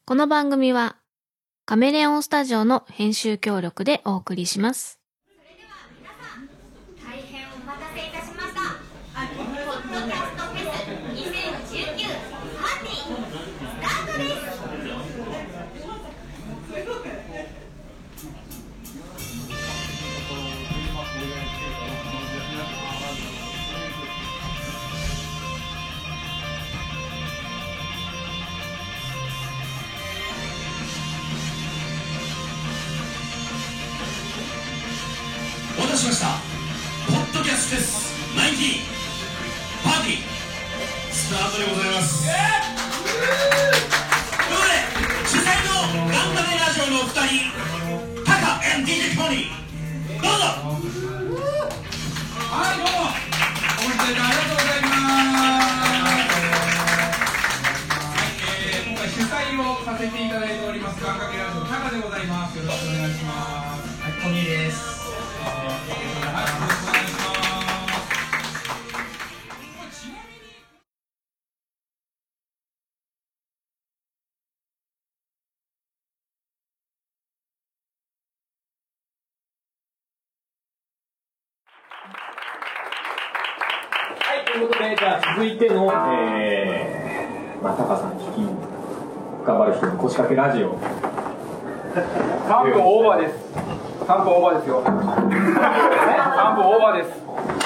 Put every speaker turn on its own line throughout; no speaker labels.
この番組はカメレオンスタジオの編集協力でお送りします。
それでは皆さん、大変お待たせいたしました。ポッドキャストフェス2019パーティースタートです。
お待たせしました。ポッドキャストフェス19パーティースタートでございます。ということで主催のガンバレラジオのお二人、タカ &DJ コニー、どうぞ。
はい、どうもお待ちいただきありがとうございます。はい、今回主催をさせていただいておりますガンバレラジオタカでございます。よろしくお願いします。はい、コニーです。
はい、ということで、じゃあ続いての、タカさん率いる頑張る人の腰掛けラジオ。
3分オーバーです。3分オーバーですよ。3分オーバーです。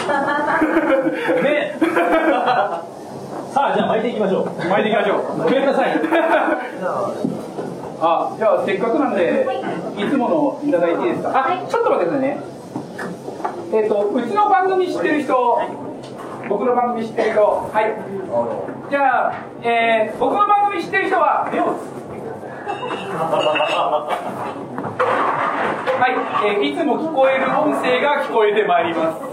ねさあ、じゃあ巻いていきましょう。
巻いていきましょう。
ごめんなさい。
あ、じゃあせっかくなんで、いつものいただいていいですか。あ、ちょっと待ってくださいね。うちの番組知ってる人、僕の番組知ってる人、はい。じゃあ、僕の番組知ってる人は目をつぶはい、いつも聞こえる音声が聞こえてまいります。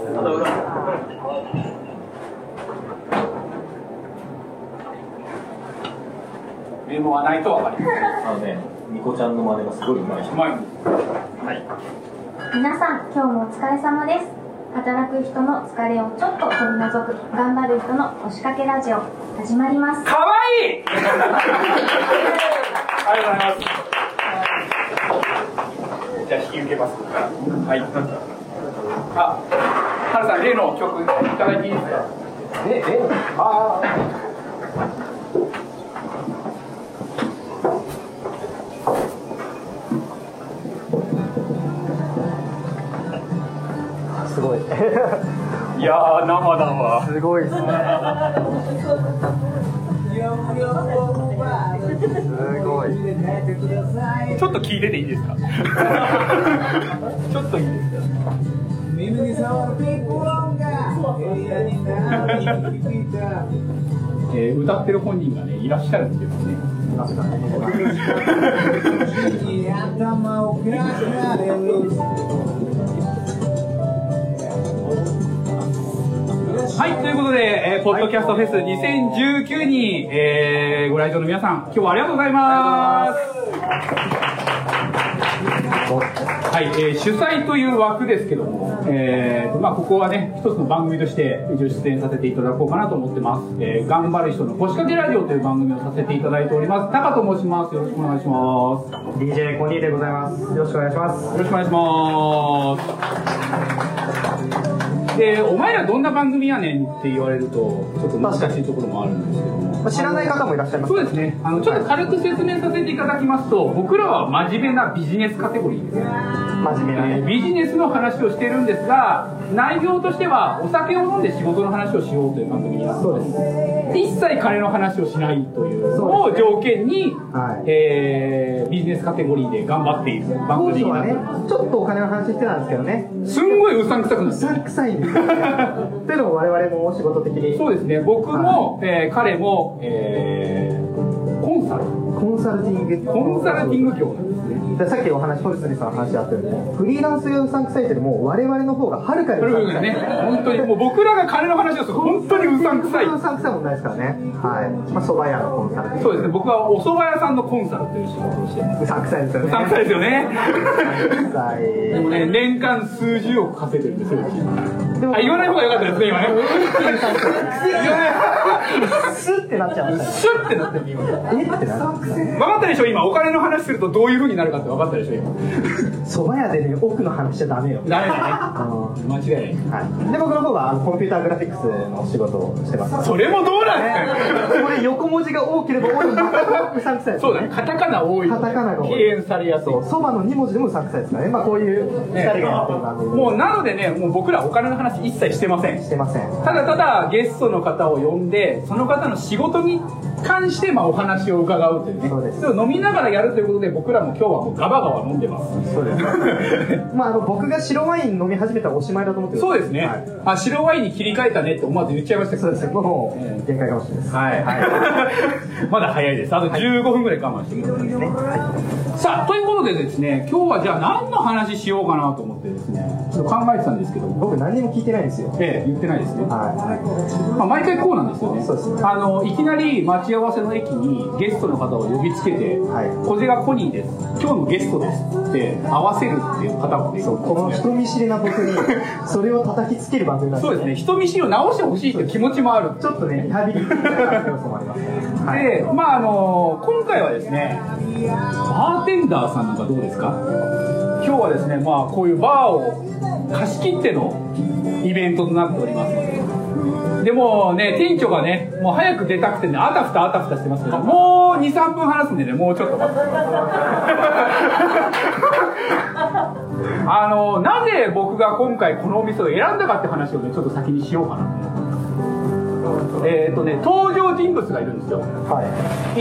メモはないと分かります。
ニコちゃんの真似がすごいうまい人。
うまい。
はい。
皆さん、今日もお疲れ様です。働く人の疲れをちょっと取り除く頑張る人の腰掛けラジオ始まります。
かわいいありがとうございます。じゃあ引き受けます。はい。あ、ハルさん、例の曲いただいていいですか。ああ。
すごい。
いやー、生だわ。
すごいですね。すごい。
ちょっと聞いてていいですか。ちょっといいですか。歌ってる本人がねいらっしゃるんですよね。はい、ということで、ポッドキャストフェス2019に、ご来場の皆さん、今日はありがとうございます。はい、主催という枠ですけども、ここはね、一つの番組として一応出演させていただこうかなと思ってます。頑張る人の腰掛けラジオという番組をさせていただいております。タカと申します。よろしくお願いします。
DJ コニーでございます。よろしくお願いします。
よろしくお願いします。で、お前らどんな番組やねんって言われるとちょっと難しいところもあるんですけども、
知らない方もいらっしゃいます。
そうですね。ちょっと軽く説明させていただきますと、僕らは真面目なビジネスカテゴリーですね。
真面目なね。
ビジネスの話をしているんですが、内容としてはお酒を飲んで仕事の話をしようという番組になってます。一切金の話をしないというのを条件に、ビジネスカテゴリーで頑張っている番組になっています。
ちょっとお金の話してたんですけどね。
すんごいうさんくさくなって
うさんくさいんですよね。というのも我々もお仕事的に。
そうですね。僕も、彼も、コンサルティング業なんですね。
さっきお話、ホルスリさんの話あったように、フリーランスがうさんくさいっていうのも我々の方がはるかにうさんくさい
ね。本当にもう僕らが金の話をすると本当にうさんくさい。
うさんくさいもんないですからね。はい。蕎麦屋のコンサルティング。
そうですね。僕はお蕎麦屋さんのコンサルという仕事をしてます。
うさんくさいですよね。
うさんくさいですよね。
うさんくさい。
でもね、年間数十億稼いでるんですよ。 言わない方が良かったですね、今ね。
スッってなっちゃいましたね。
シュッてなってる、今。
えってなる。
分かったでしょ、今。お金の話するとどういう風になるかって分かったでしょ、今。
蕎麦屋でね、奥の話しちゃダメよ。
ダメだね。間違いない。
はい。で、僕の方はコンピューターグラフィックスの仕事をしてます。
それもどうなんですか。
これ横文字が多ければ多いほどうさんくさいです
そうだね。カタカナ多い。
カタカナが多い。
敬遠されやすい。
そばの2文字でもうさんくさいですからね。まあこういう2人がやってる番組。
もうなのでね、もう僕らお金の話一切してません。
してません。
ただただゲストの方を呼んで、その方の仕事に関してお話を伺うというね。
そうです。
でも飲みながらやるということで、僕らも今日はもうガバガバ飲んでます。
そうです。まあ僕が白ワイン飲み始めたらおしまいだと思ってる。
そうですね。はい、あ、白ワインに切り替えたねって思わず言っちゃいましたけど。
そうですね。もう限界かもしれないです。
はい。まだ早いです。あと15分ぐらい我慢してくださいですね。はい、さあ、ということでですね、今日はじゃあ何の話しようかなと思ってですね、ちょっと考えてたんですけど、
僕何にも聞いてないんですよ。
言ってないですね。
はい。
まあ、毎回こうなんですよね。
そうですね。
いきなり待ち合わせの駅にゲストの方を呼びつけて、こちらコニーです。今日のゲストですって合わせるっていう方もね、
そう、この人見知りな僕にそれを叩きつける番組なんですね。
そうですね。人見知りを直してほしいっていう気持ちもある。
ちょっとね、リハビリ的な要素もありますね。はい、
で、まあ今回はですね、バーテンダーさんなんかどうですか？今日はですね、まあこういうバーを貸し切ってのイベントとなっておりますので。でもね、店長がね、もう早く出たくてね、あたふたしてますけど、もう2、3分話すんでね、もうちょっと待って。なぜ僕が今回このお店を選んだかって話をね、ちょっと先にしようかなと思って。登場人物がいるんですよ。はい。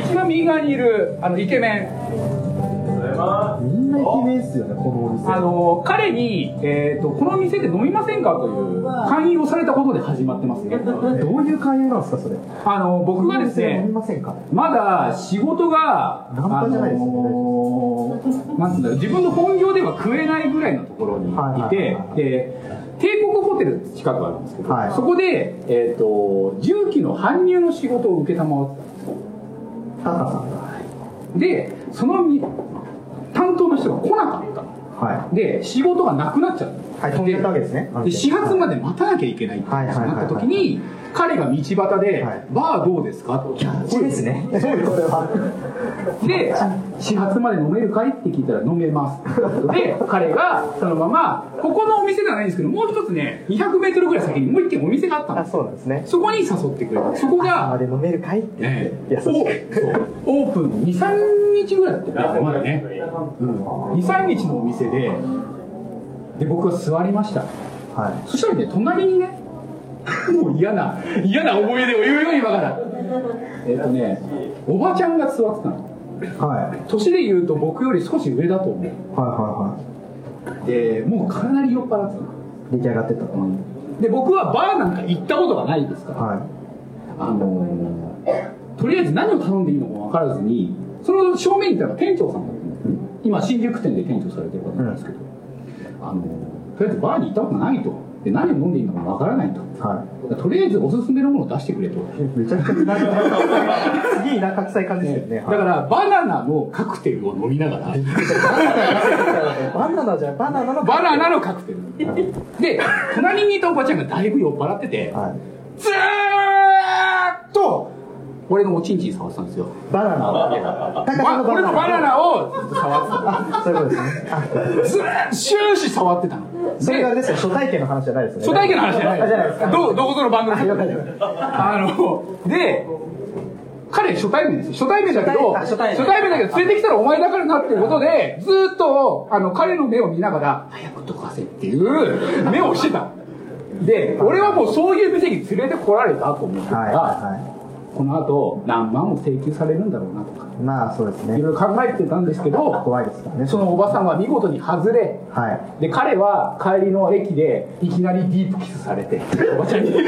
一番右側にいるイケメン。
みんなイケメンっすよね、このお店。
彼に、この店で飲みませんかという勧誘をされたことで始まってますね。
どういう勧誘なんですか、それ。
僕がですね、
飲みませんか。
まだ仕事が、
ナンパじゃないですよね。
なんつうんだろう、自分の本業では食えないぐらいのところにいて、で、帝国ホテル近くあるんですけど、はい、そこで、重機の搬入の仕事を受けたまわってたんです。で、その担当の人が来なかったの。はい、で、仕事がなくなっちゃった。
はい、飛んでたわけですね。
で、始発まで待たなきゃいけないってなった時に、彼が道端で、バーどうですかと。
キャッチですね。そういうことは。
で、始発まで飲めるかいって聞いたら飲めます。で、彼がそのまま、ここのお店ではないんですけど、もう一つね、200メートルぐらい先にもう一軒お店があったんです。
そうなんですね。
そこに誘ってくれた。そこが、
朝まで飲めるかいって言って、優しく。
オープン2、3日ぐらいだったよね、まだね。2、3日のお店で、僕は座りました。はい。そしたらね、隣にね、もう嫌な思い出を言うよ、今から。おばちゃんが座ってたの。はい。年で言うと僕より少し上だと思う。はいはいはい。で、もうかなり酔っ払ってたの。
出来上がってた。
で、僕はバーなんか行ったことがないですから。はい。とりあえず何を頼んでいいのか分からずに、その正面にいたのが店長さんだったんです。今、新宿店で店長されてる方なんですけど、とりあえずバーに行ったことないと。で、何を飲んでいいのかわからないと。はい。とりあえずおすすめのものを出してくれと。
めちゃくちゃすげえ田舎臭い感じですよね。
だから、バナナのカクテルを飲みながら。
バナナじゃん、バナナ
のカクテル。で、隣にいたおばちゃんがだいぶ酔っ払ってて、ずーっと、俺のおちんちん触ってたんですよ。
バナナ
俺のバナナをずっと触ってた。
そういうことですね。
終始触ってたの。
それがあれですよ、初体験の話じゃないですよね。
初体験の話じゃない
ですか。
どこぞの番組で。で、彼初対面ですよ。初対面だけど連れてきたらお前だからなっていうことで、ずーっと、彼の目を見ながら、早くどかせっていう目をしてた。で、俺はもうそういう店に連れてこられたと思ってたら、この後何万も請求されるんだろうなとか、
まあそうですね、
いろいろ考えてたんですけど、
怖いですからね。
そのおばさんは見事に外れ、はい、で彼は帰りの駅でいきなりディープキスされて、おばちゃんに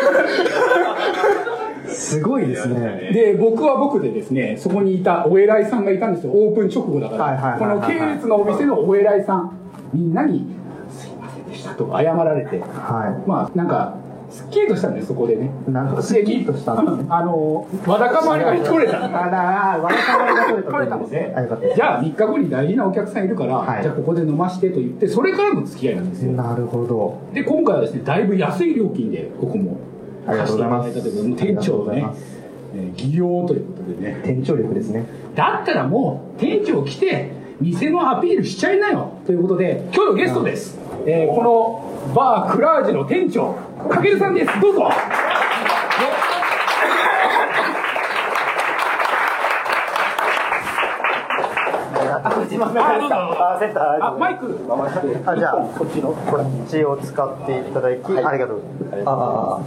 すごいですね。
で、僕は僕でですね、そこにいたお偉いさんがいたんですよ。オープン直後だから、この系列のお店のお偉いさんみんなにすいませんでしたと謝られて、はい、まあなんかすっきりとしたんですそこでね。
なるほど、すっきりとしたんですね。
わだかまりが取れた。
わだかまりが取れたんですね。
じゃあ3日後に大事なお客さんいるから、じゃあここで飲ましてと言って、それからの付き合いなんですよ。
なるほど。
で今回はですね、だいぶ安い料金でここも
ありがとうございます。
店長のね、技量ということでね、
店長力ですね。
だったらもう店長来て店のアピールしちゃいなよということで、今日のゲストです、このバークラージュの店長かけるさんです。どうぞ。
センター
マイク
じゃあこっちを使っていただき、ありがとうございます。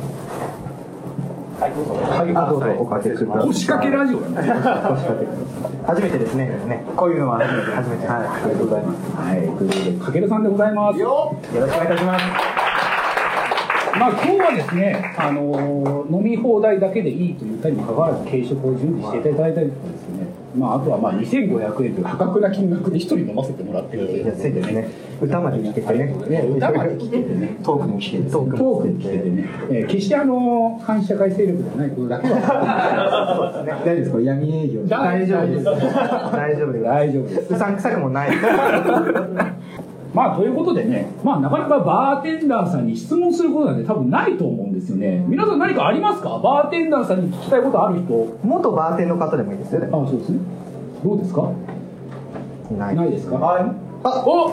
どうぞおかけください。
腰掛けラジオ
初めてですね。こういうのは初めて。はい、ありがとうございます。
はい、ということでかけるさんでございます。よ
ろしくお願いいたします。
まあ今日はですね、飲み放題だけでいいというたにもかかわらず軽食を準備していただいたりとかですね、まああとはまあ2500円という破格な金額で1人飲ませてもらってるという
安いですね。歌まで聴けてね。
歌まで聴けてね。
トークも聴けて。
トークも聴けてね。決して反社会勢力ではないことだけは。
そうですね。大丈夫ですか？闇営業。大丈夫です。大丈夫です。
大丈夫です。
うさんくさくもない。
まあということでね、まあなかなかバーテンダーさんに質問することなんて多分ないと思うんですよね。皆さん何かありますか？バーテンダーさんに聞きたいことある人。
元バーテンの方でもいいですよね。
あ、そうですね。どうですか？ないですか？
はい。
あ、お。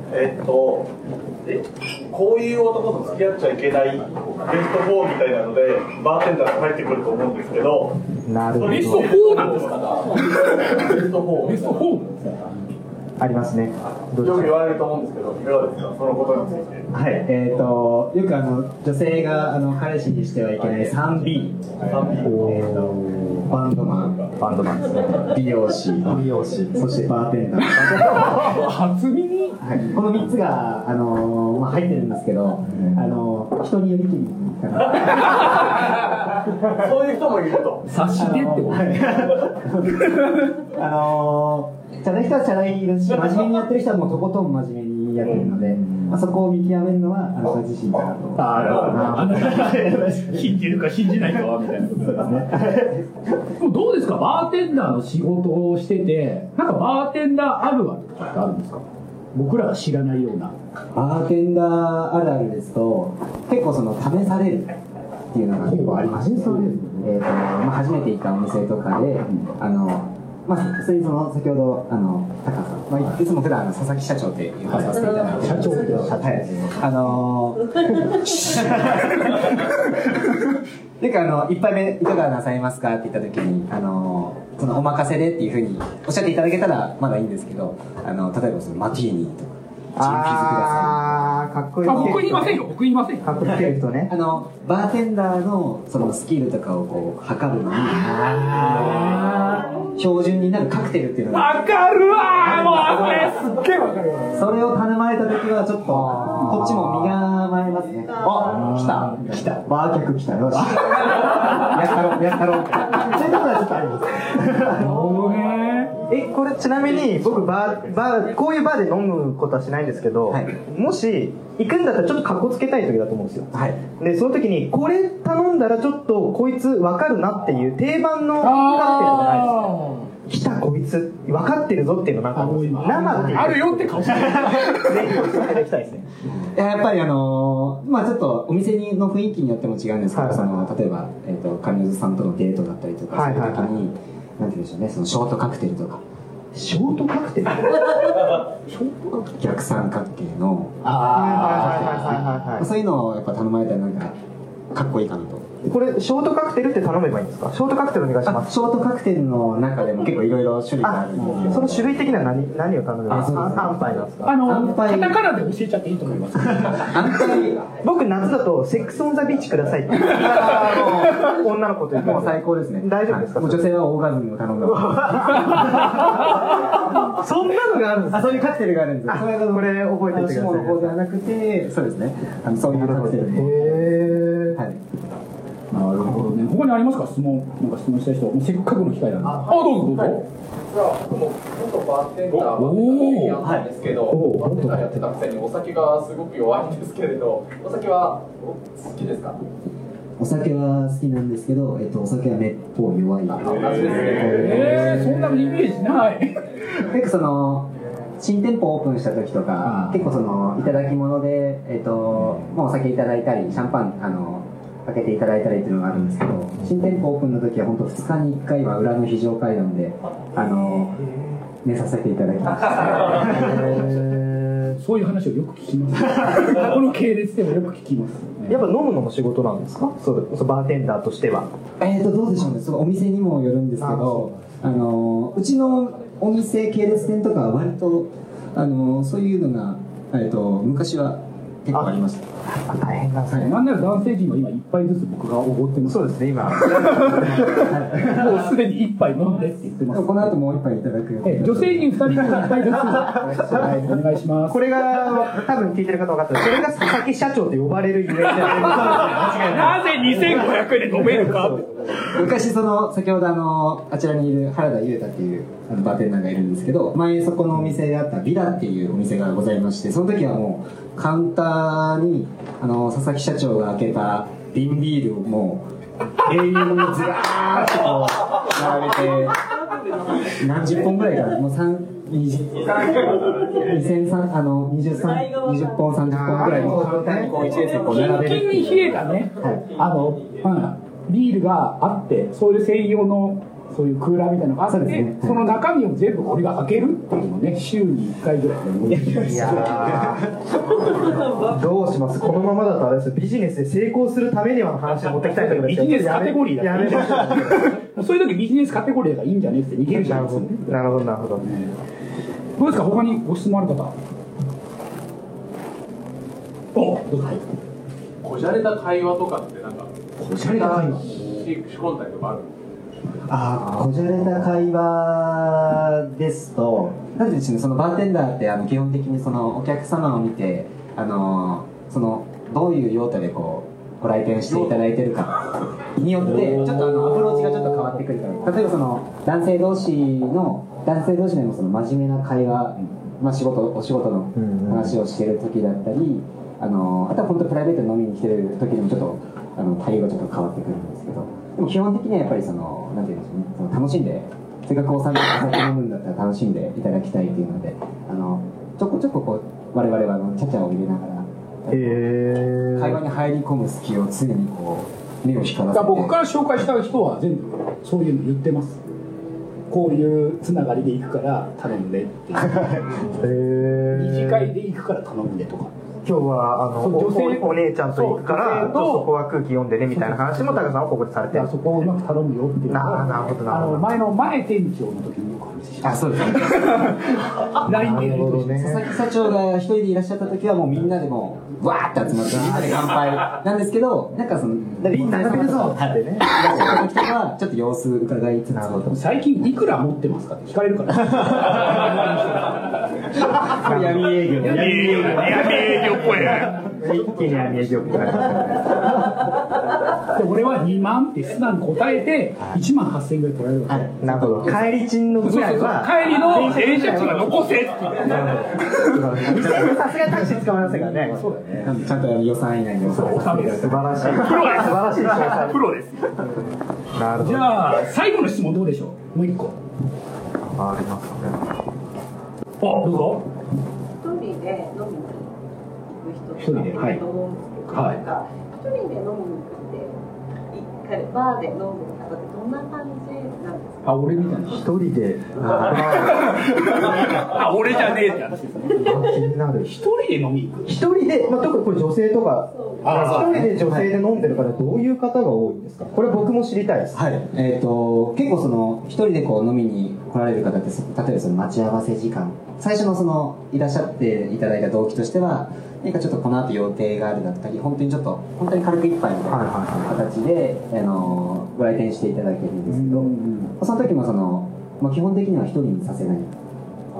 こういう男と付き合っちゃいけないベスト4みたいなのでバーテンダーが入ってくると思うんですけど。
なるほど。
ベスト4なんですか？
ベスト4。
ベスト4なんですか？
ありますね。
よく言われると思うんですけど、いかがですか、そのことについて。
はい、よく女性が彼氏にしてはいけない 3B、バンドマンですね、美容師、そしてバーテンダー。
初耳。
はい、この3つが入ってるんですけど、人によりきりかな。
そういう人もいると。
察してってこと。
チャラい人はチャラいですし、真面目にやってる人はもうとことん真面目にやってるので、そこを見極めるのはご自身かなと。
信じるか信じないかはみたいなことですね。どうですか、バーテンダーの仕事をしてて、なんかバーテンダーあるあるとかってあるんですか？僕らが知らないような。
バーテンダーあるあるですと、結構試されるっていうのが結構ありまして、初めて行ったお店とかで、普通に先ほど高さん、いつも普段佐々木社長って呼ばさせていただいて、
社長って
一杯目いかがなさいますかって言った時にそのお任せでっていうふうにおっしゃっていただけたらまだいいんですけど、例えばマティーニとかジンフィズください。
かっこいい。
僕言いませんよ。僕言いませんよ。
かっこつける人ね。
バーテンダーのスキルとかをこう測るのに標準になるカクテルっていうのが
わかるわー。もうそれすっげえわかるわ。
それを頼まれた時はちょっとこっちも身構えますね。あ、来たバー客来た、よしやったろうってそういうことはちょっとあります。
なるほどね。これちなみに僕こういうバーで飲むことはしないんですけど、もし行くんだったらちょっとカッコつけたい時だと思うんですよ。でその時にこれ頼んだらちょっとこいつ分かるなっていう定番のカクテルじゃないですか。来たこいつ分かってるぞっていうのなんか生っていう
あるよって顔してる。
ぜひお伝えできたいですね。
やっぱりちょっとお店の雰囲気によっても違うんですけど、例えば彼女さんとのデートだったりとかする時に、なんて言うんでしょうね、ショートカクテルとか。
ショートカクテル
逆三角形のそういうのをやっぱ頼まれたらなんかかっこいいかなと。
これショートカクテルって頼めばいいんですか？ショートカクテルお願いします。
ショートカクテルの中でも結構いろいろ種類があるんですけど、
その種類的には何を頼めばいいですか？安牌なんですか？
カタカナで教えちゃっていいと思います。
僕夏だとセックスオンザビーチくださいって女の子と言って
もう最高ですね。
大丈夫ですか？
女性はオーガズムを頼んだ。
そんなのがあるんですか？
そういうカクテルがあるんですよ。
これ覚えておいてください。
下の方ではなくて、そうですね。そういうカクテル。
へー。
はい。
なるほどね。他にありますか、質問したい人。せっかくの機会なんで。どうぞ。
実は僕も元バーテンダーやったんですけど、バーテンダーやってたくせにお酒がすごく弱いんですけれど、お酒は好きですか？
お酒は好きなんですけど、お酒はめっぽう弱い。
同じですね。
そんなイメージない。
結構その新店舗オープンした時とか、結構そのいただき物でまあお酒いただいたりシャンパン開けていただいたりっていうのがあるんですけど、新店舗オープンの時は本当2日に1回は裏の非常階段で寝させていただきました。
そういう話をよく聞きます。この系列でもよく聞きます。
やっぱ飲むのも仕事なんですか？そうバーテンダーとしては。
どうでしょうね。そのお店にもよるんですけど、うちのお店系列店とかは割とそういうのが昔は結構ありました。
大変なんですね。
なんなら男性陣は今一杯ずつ僕がおごってます。
そうですね、今。も
うすでに一杯飲んでって言ってます。
この後もう一杯いただく。
女性陣2人に一杯ずつ。お願いします。
これが多分聞いてる方分かったら、それが佐々木社長と呼ばれるゆえんじゃ
なぜ2500円で飲めるか。
昔先ほどあちらにいる原田裕太っていうバーテンダーがいるんですけど、前そこのお店であったビラっていうお店がございまして、その時はもうカウンターに佐々木社長が開けた瓶ビールをもう永遠にずらーっとこう並べて何十本ぐらいかな、もう20本30本ぐらいのカウンターにこう一列にこう並べる。
キンキンに冷えたね、ビールがあって、そういう専用のそういうクーラーみたいなのがあって、その中身を全部俺が開けるっていうのをね、週に1回ぐらい。
いやどうします？このままだとあれです、ビジネスで成功するためにはの話を持ってきたいところです。
ビジネスカテゴリーだっていいんじゃない。そういう時ビジネスカテゴリーがいいんじゃねって逃げるじゃないですか。
なるほどなるほど。
どうですか、他にご質問ある方。どうぞ。
こじゃれた会話とかってなんか
こじゃれた会話
仕込んだりとかある？
こじゃれた会話ですと、なんていうんですね、そのバーテンダーって基本的にそのお客様を見てそのどういう用途でこうご来店していただいてるかによってちょっとアプローチがちょっと変わってくるから、例えばその男性同士でもその真面目な会話、お仕事の話をしてる時だったり、あとは本当プライベートで飲みに来てる時でもちょっと対応がちょっと変わってくるんですけど、でも基本的にはやっぱりなんていうんですかね、楽しんで、せっかくお酒飲むんだったら楽しんでいただきたいっていうので、ちょこちょここう我々はチャチャを入れながら会話に入り込む隙を常にこう目を光らせて。
僕から紹介した人は全部そういうの言ってます。こういうつながりで行くから頼んでっていう二次会で行くから頼んでとか、
今日は女性お姉ちゃんと行くからそこは空気読んでねみたいな話もタカさんはここでされて、
そこをうまく頼むよっていうのを
なるほどなるほど。
前店長の時によく話して
そうですね。
LINE でやり取りして、
佐々木社長が一人でいらっしゃった時はもうみんなでもうわーって集まってみんなで乾杯なんですけど、なんかみんな食べるぞってね、いらっしゃった時とかはちょっと様子伺いつつ、
最近いくら持ってますかって聞かれるから
闇営業っぽい一気に闇営業っぽい。
俺は2万って素直に答えて1万8000円ぐらい取られるわけ。
なるほど。帰り賃のぐらいは
帰りの電車賃は残せって。
さすがにタクシー使われませんからね。
そうだね。
ちゃんと予算以内に
収める。素晴らしい。
プロです。
なるほど。
じゃあ最後の質問どうでしょう。もう1個。
ありますかね。
どうぞ。
一人で飲みに行く人とかいると思うんですけど、なんか一人で飲みに行ってバーで飲む方ってどんな感じなんですか？
俺みたいな。
一人で。
俺じゃねえって話ですね。
気になる。
一人で飲み行く。
一人で、特にこれ女性とか、一人で女性で飲んでる方どういう方が多いんですか？これ僕も知りたいです。
はい。結構一人でこう飲みに来られる方って、例えば待ち合わせ時間、最初のいらっしゃっていただいた動機としては、何かちょっとこの後予定があるだったり、本当に軽く一杯みたいな形で、ご来店していただけるんですけど、その時も基本的には一人にさせない。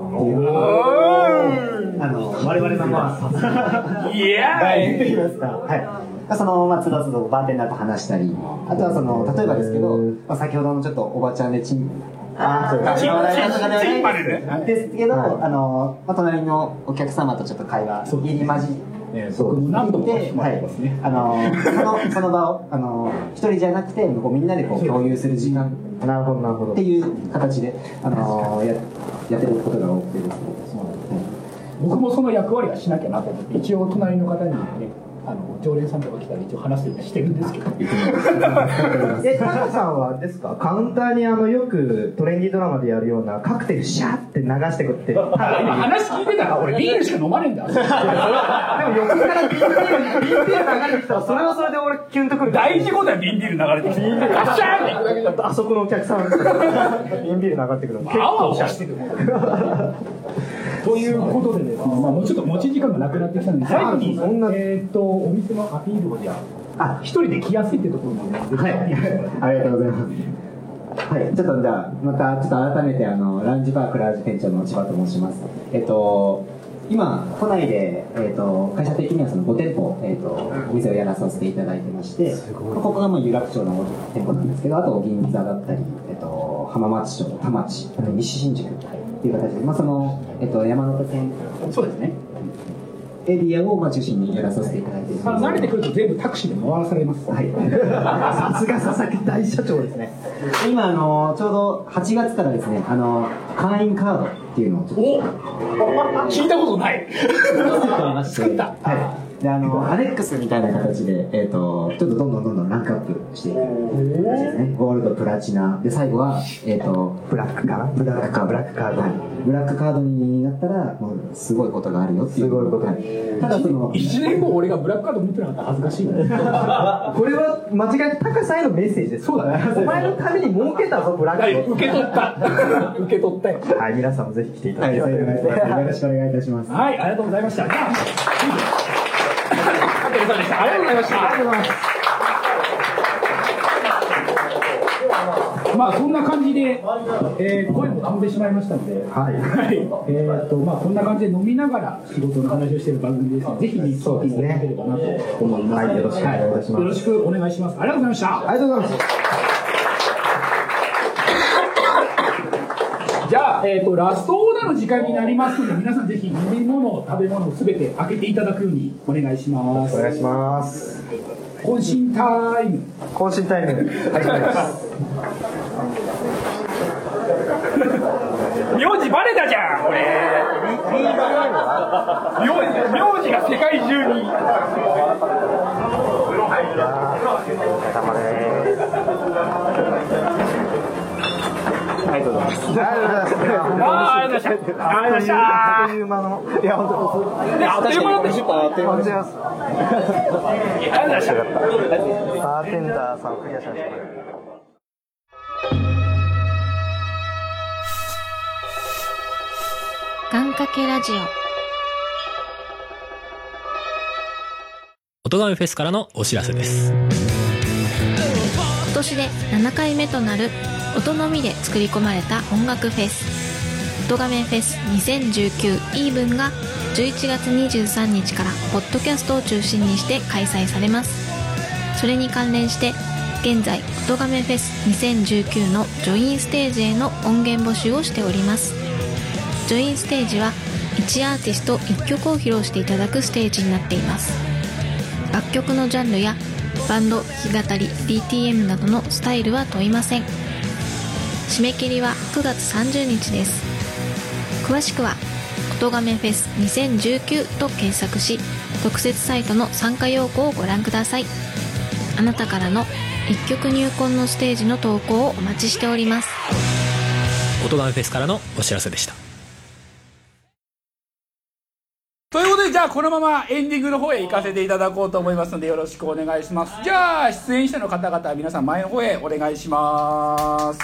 我々の
いや
言いますか。はい。
そのつどつどバーテンダーと話したり、あとはその例えばですけど、先ほどのちょっとおばちゃんでチンパルですけど、隣のお客様とちょっと会話入り混じ
僕も何度もしてもらってますね。
その場を一人じゃなくてみんなでこう共有する時間っていう形でやってることが多くてですね。
僕もその役割はしなきゃなと思って、一応隣の方にね、常連さんとか来たら一応話すようにしてるんですけど。
タカさんはですか、カウンターによくトレンディードラマでやるようなカクテルシャーって流してくって。
今話聞いてたら俺ビールしか飲まねえんだ。でも
横からビール流れてきたらそれはそれで俺キュンとくる。
大事故だよ、ビンビール流れてきて。ガシャーって行くだけだった。
あそこのお客さんビンビール流れてくる。
結構してる。ということでね、もうちょっと持ち時間がなくなってきたので、最後にお店のアピールをじゃあ一人で来やすいってところまで、
はい、ありがとうございます。はい、ちょっとじゃあまたちょっと改めてランジバークラウジ店長の千葉と申します。今都内で会社的にはその5店舗お店をやらさせていただいてまして、ここが有楽町の店舗なんですけど、あと銀座だったり浜松町、田町、あと西新宿っていう形で、その山手線、
そうですね、
エリアを中心にやらさせていただいています。
慣れてくると全部タクシーで回らされます。
はい。
さすが佐々木大社長ですね。
今ちょうど8月からですね、会員カードっていうのを
聞いたことない。
作った。はい。でアレックスみたいな形でちょっとどんどんランクアップしていく感じですね。ゴールド、プラチナで最後は
ブラックかな。ブラックカード。
ブラックカードになったらもうすごいことがあるよっていう。すごいこと。
ただ1年後俺がブラックカード持ってなかったら恥ずかしい。これ
は間違い高さへのメッセージです。そうだね。お前のために儲けたぞブラックカード。
受け取った。受け取ったよ。
はい、皆さんもぜひ来ていただきたい。よろ
しくお願いいたします。
はい、ありがとうございました。ありがとうございました。ありがとうございました。そんな感じで、声も飛んでしまいましたので、はい、こんな感じで飲みながら仕事の話をしている番組ですので、ぜひ聞いていただければなと思います。
よろしくお願いいたします。
よろしくお願いします。ありがとうございました。
ありがとうございます。
じゃあ、ラストオーダーの時間になりますので、皆さんぜひ飲み物、食べ物をすべて開けていただくようにお願いします。
お願いします。
懇親タイム。
懇親タイム。始まります。
名字バレたじゃん、これ。名字が世界中に。ありがとうございます。ありがとうございます。ありがとうございました。ありがとうございました。
あっという間の。いや、本当。
あっという間だったでしょ。
あっという間です。ありがとうございました。バーテンダーさんクリアしました。
願掛けラジオ。
音亀フェスからのお知らせです。
今年で7回目となる音のみで作り込まれた音楽フェス、音亀フェス2019イーブンが11月23日からポッドキャストを中心にして開催されます。それに関連して現在音亀フェス2019のジョインステージへの音源募集をしております。ジョインステージは1アーティスト1曲を披露していただくステージになっています。楽曲のジャンルやバンド、弾き語り、DTM などのスタイルは問いません。締め切りは9月30日です。詳しくは音亀フェス2019と検索し、特設サイトの参加要項をご覧ください。あなたからの1曲入魂のステージの投稿をお待ちしております。
音亀フェスからのお知らせでした。
ということで、じゃあこのままエンディングの方へ行かせていただこうと思いますので、よろしくお願いします。じゃあ出演者の方々、皆さん前の方へお願いします。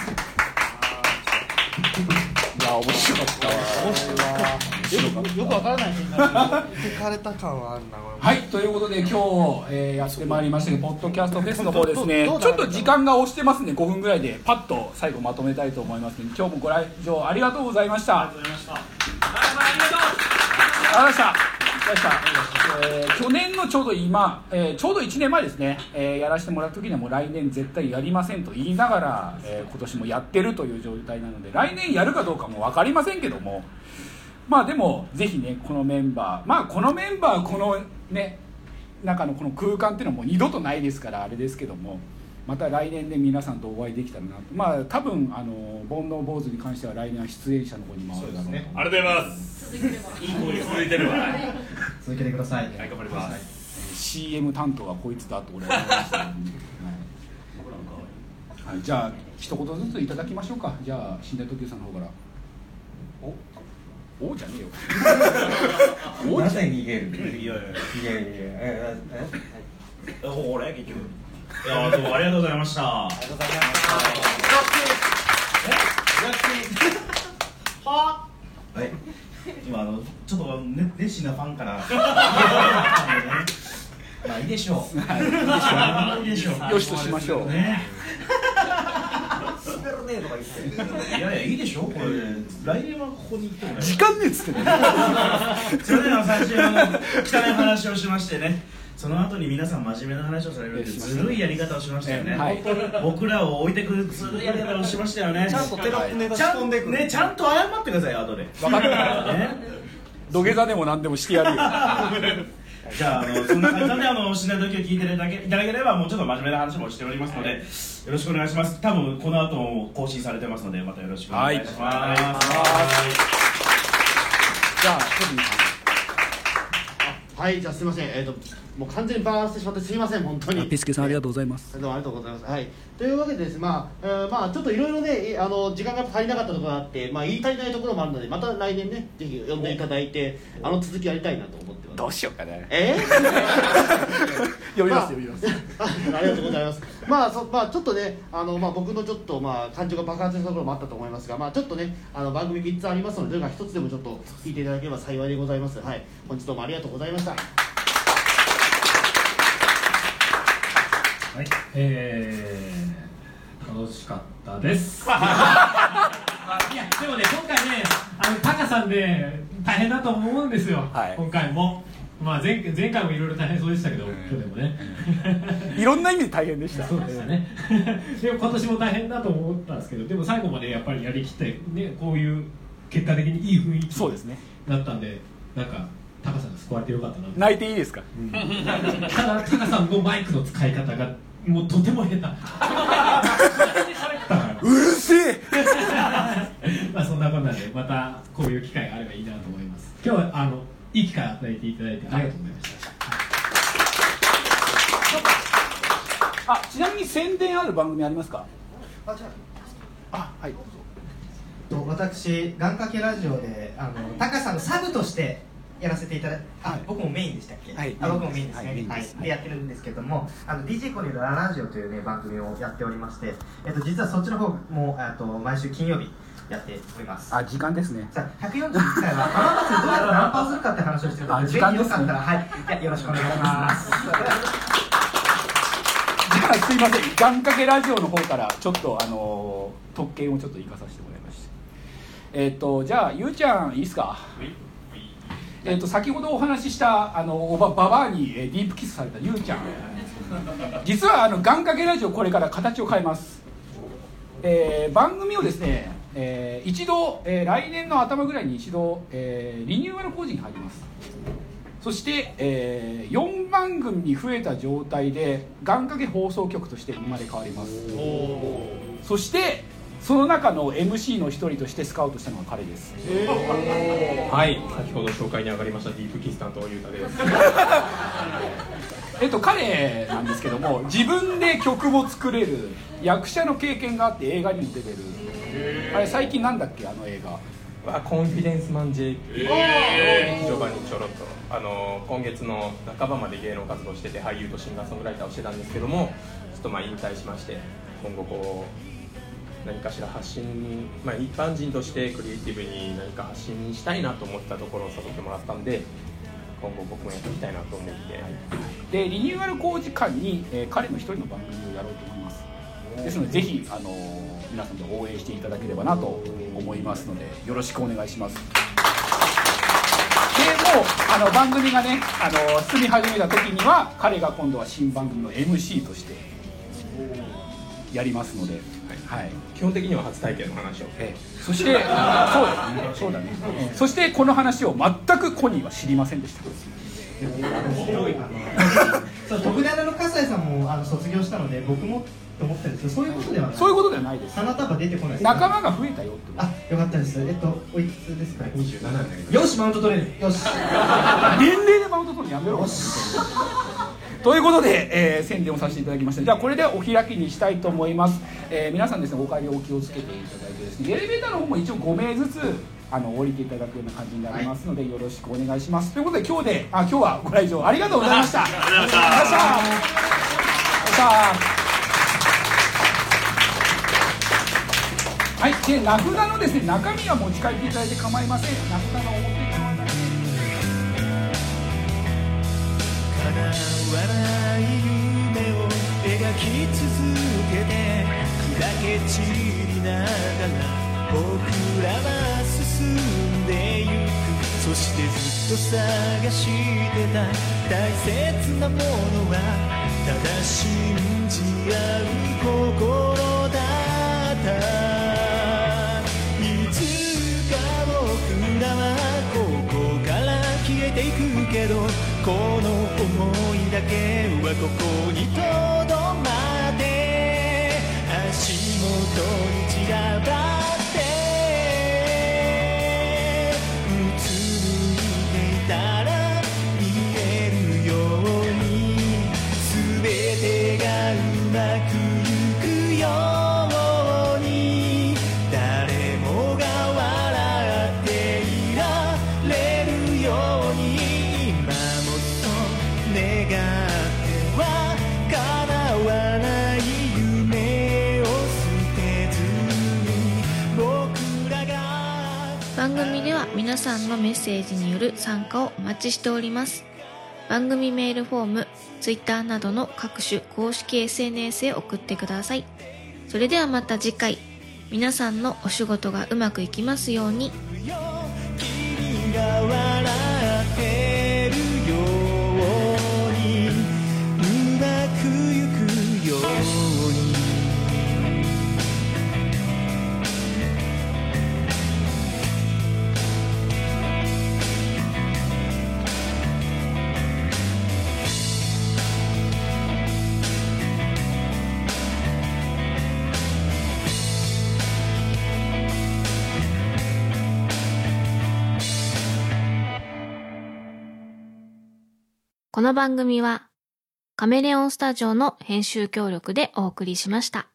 いや、面白かったわ。
よくわからない人に聞かれた感はあるな。
はい、ということで今日、やってまいりましたけど、ポッドキャストフェスの方ですね、ちょっと時間が押してますんで、5分ぐらいでパッと最後まとめたいと思いますので、今日もご来場ありがとうございました。ありがとうございました。ありがとうございました。 去年のちょうど今、ちょうど1年前ですね、やらせてもらった時にはもう来年絶対やりませんと言いながら、今年もやってるという状態なので、来年やるかどうかも分かりませんけども、まあでもぜひね、このメンバー、このね中のこの空間っていうのはもう二度とないですからあれですけども、また来年で皆さんとお会いできたらなと。多分煩悩坊主に関しては来年は出演者の方に回るだろうと、ね、
ありがとうございます。いい声続いてるわ。
続けてください。
はい、頑張ります。
CM 担当はこいつだと俺は思いました、はい、じゃあ一言ずついただきましょうか。じゃあ寝台特急さんの方から。おじゃねえよ。
なぜ逃げる。いや俺結局。いやどうもありがとうございました。ありがとうございました。はい。今ちょっと熱心なファンから。まあいいでしょう。いいでしょう。
よしとしましょう。ね。
滑るねとか言って。いやいいでしょこれ。来年はここに行っても
時間ねっつってね。
それでは最初汚い話をしましてね。その後に皆さん真面目な話をされるってずるいやり方をしましたよね。僕らを置いてくるずるいやり方をしましたよね。
ちゃんとテロップネタ仕込んでくる。
ちゃんと謝ってください後で。
分かった。土下座でも何でもしてやるよ。
じゃあそんな感じで寝台特急聞いていただければもうちょっと真面目な話もしておりますので、よろしくお願いします。多分この後も更新されてますのでまたよろしくお願いします。
じゃあ小泉さん。
はい、じゃあすみません、もう完全にバーンしてしまってすみません、本当に。
ピスケさんありがとうございます。
どうもありがとうございます。はい、というわけでです、ちょっといろいろね、時間が足りなかったところがあって、言い足りないところもあるので、また来年ね、ぜひ呼んでいただいて、続きやりたいなと思ってます。
どうしようかね。
呼びます。ありがとうございます。ちょっとね、僕のちょっと感情が爆発したところもあったと思いますが、ちょっとね、番組3つありますので、どれか1つでもちょっと聞いていただければ幸いでございます。はい、本日どうもありがとうございました。
はい、楽しかったです。いやでもね、今回ね、タカさんで大変だと思うんですよ、今回も。前回もいろいろ大変そうでしたけど、去年もね。
いろんな意味で大変でした。
そうですよね。でも今年も大変だと思ったんですけど、でも最後までやっぱりやりきってね、こういう結果的にいい雰囲気になったんで、なんか。タカさんが救われてよかったな。
泣いていいですか。
ただタカさんのマイクの使い方がもうとても下手。
うるせえ。
そんなこんなでまたこういう機会があればいいなと思います。今日はいい機会を与えていただいてありがとうございま
した。ちなみに宣伝ある番組ありますか。はい。
私願掛けラジオでタカさんのサブとしてやらせていただいて、僕もメインでしたっけ。僕もメインですね。でやってるんですけども、DJ コリのラジオというね番組をやっておりまして、実はそっちの方も毎週金曜日やっております。
時間ですね。
さあ141回は浜松でどうやってナンパをするかって話をしてるので、ぜひよかったらよろしくお願いします。
じゃあすいません、願掛けラジオの方からちょっと特権をちょっと生かさせてもらいました。じゃあゆうちゃんいいですか。先ほどお話ししたババアにディープキスされたゆうちゃん、実は願掛けラジオこれから形を変えます。番組をですね、一度、来年の頭ぐらいに一度、リニューアル工事に入ります。そして、4番組に増えた状態で願掛け放送局として生まれ変わります。そしてその中の MC の一人としてスカウトしたのが彼です。
はい、先ほど紹介に上がりましたディープキス担当ゆうたです。
彼なんですけども、自分で曲も作れる、役者の経験があって映画にも出てる。あれ最近なんだっけ、映画
コンフィデンスマン JP 劇場版にちょろっと今月の半ばまで芸能活動してて、俳優とシンガーソングライターをしてたんですけども、ちょっと引退しまして、今後こう何かしら発信、一般人としてクリエイティブに何か発信したいなと思ったところを誘ってもらったんで、今後僕もやっていきたいなと思って、
でリニューアル工事間に、彼の一人の番組をやろうと思います。ですのでぜひ皆さんで応援していただければなと思いますので、よろしくお願いします。で番組がね進み始めた時には彼が今度は新番組の MC としてやりますので、はい、
基本的には初体験の話を、
そしてそうだね、そしてこの話を全くコニーは知りませんでした。
徳田の笠井さんも卒業したので僕もと思ってるんですけど、そういうことではない。
そういうことではないです。
花束出てこないです。
仲間が増えたよって。
あ、よかったです。おいくつですか。
27になります。
よし、マウント取れる。よし。
年齢でマウント取るのやめろ。ということで、宣伝をさせていただきました。じゃあこれでお開きにしたいと思います。皆さんですね、お帰りお気をつけていただいてですね、エレベーターの方も一応5名ずつ降りていただくような感じになりますので、よろしくお願いします。ということで今日はご来場ありがとうございました。ありがとうございました。はい、で名札のですね、中身は持ち帰っていただいて構いません。名札の表側に
叶わない夢を描き続けて砕け散りながら僕らは進んでゆく。そしてずっと探してた大切なものはただ信じ合う心だった。いつか僕らはここから消えていくけど、この想いだけはここにとどまって足元に散らばってうつむいていたら見えるように全てがうまくいくように、誰もが笑っていられるように、今もそう願っては叶わない夢を捨てずに僕らが。
番組では皆さんのメッセージによる参加をお待ちしております。番組メールフォーム、Twitter などの各種公式 SNS へ送ってください。それではまた次回、皆さんのお仕事がうまくいきますように。
君が笑ってるように、うまくゆくように。
この番組はカメレオンスタジオの編集協力でお送りしました。